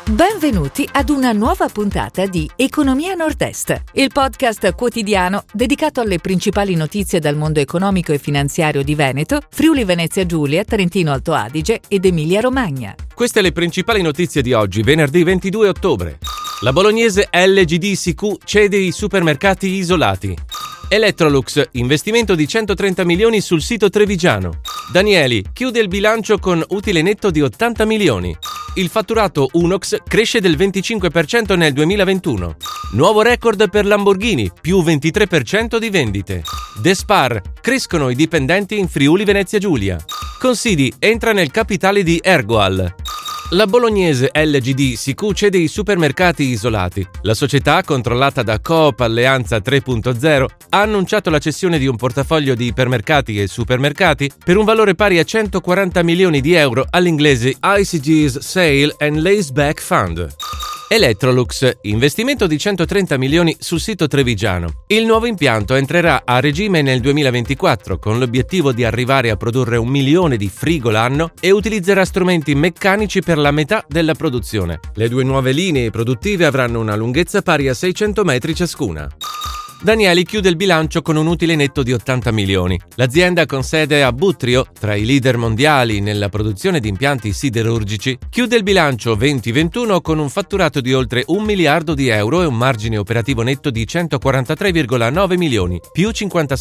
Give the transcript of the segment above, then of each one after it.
Benvenuti ad una nuova puntata di Economia Nord-Est, il podcast quotidiano dedicato alle principali notizie dal mondo economico e finanziario di Veneto, Friuli Venezia Giulia, Trentino Alto Adige ed Emilia Romagna. Queste le principali notizie di oggi, venerdì 22 ottobre. La bolognese LGDSQ cede i supermercati isolati. Electrolux, investimento di 130 milioni sul sito trevigiano. Danieli, chiude il bilancio con utile netto di 80 milioni. Il fatturato Unox cresce del 25% nel 2021. Nuovo record per Lamborghini, più 23% di vendite. Despar, crescono i dipendenti in Friuli Venezia Giulia. Considi, entra nel capitale di Ergoal. La bolognese LGDSQ cede i supermercati isolati. La società, controllata da Coop Alleanza 3.0, ha annunciato la cessione di un portafoglio di ipermercati e supermercati per un valore pari a 140 milioni di euro all'inglese ICG's Sale and Leaseback Fund. Electrolux, investimento di 130 milioni sul sito trevigiano. Il nuovo impianto entrerà a regime nel 2024 con l'obiettivo di arrivare a produrre 1 milione di frigo l'anno e utilizzerà strumenti meccanici per la metà della produzione. Le due nuove linee produttive avranno una lunghezza pari a 600 metri ciascuna. Danieli chiude il bilancio con un utile netto di 80 milioni. L'azienda con sede a Butrio, tra i leader mondiali nella produzione di impianti siderurgici, chiude il bilancio 2021 con un fatturato di oltre 1 miliardo di euro e un margine operativo netto di 143,9 milioni, più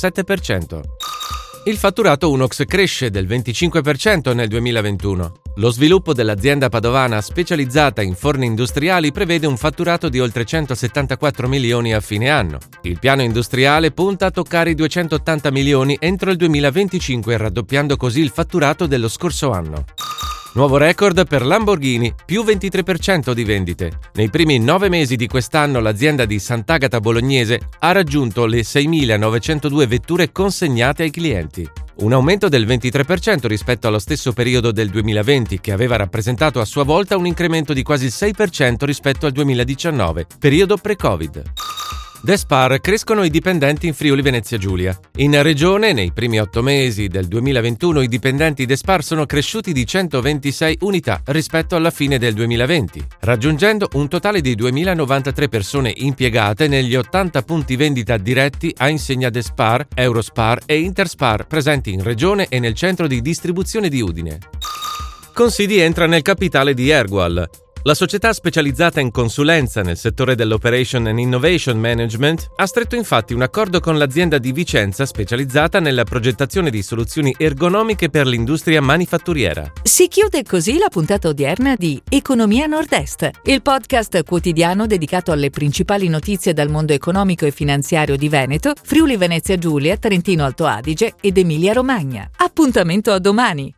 57%. Il fatturato Unox cresce del 25% nel 2021. Lo sviluppo dell'azienda padovana specializzata in forni industriali prevede un fatturato di oltre 174 milioni a fine anno. Il piano industriale punta a toccare i 280 milioni entro il 2025, raddoppiando così il fatturato dello scorso anno. Nuovo record per Lamborghini, più 23% di vendite. Nei primi 9 mesi di quest'anno l'azienda di Sant'Agata Bolognese ha raggiunto le 6.902 vetture consegnate ai clienti. Un aumento del 23% rispetto allo stesso periodo del 2020, che aveva rappresentato a sua volta un incremento di quasi il 6% rispetto al 2019, periodo pre-Covid. Despar, crescono i dipendenti in Friuli Venezia Giulia. In regione, nei primi 8 mesi del 2021, i dipendenti Despar sono cresciuti di 126 unità rispetto alla fine del 2020, raggiungendo un totale di 2.093 persone impiegate negli 80 punti vendita diretti a insegna Despar, Eurospar e Interspar presenti in regione e nel centro di distribuzione di Udine. Considi entra nel capitale di Ergoal. La società specializzata in consulenza nel settore dell'Operation and Innovation Management ha stretto infatti un accordo con l'azienda di Vicenza specializzata nella progettazione di soluzioni ergonomiche per l'industria manifatturiera. Si chiude così la puntata odierna di Economia Nord-Est, il podcast quotidiano dedicato alle principali notizie dal mondo economico e finanziario di Veneto, Friuli Venezia Giulia, Trentino Alto Adige ed Emilia Romagna. Appuntamento a domani!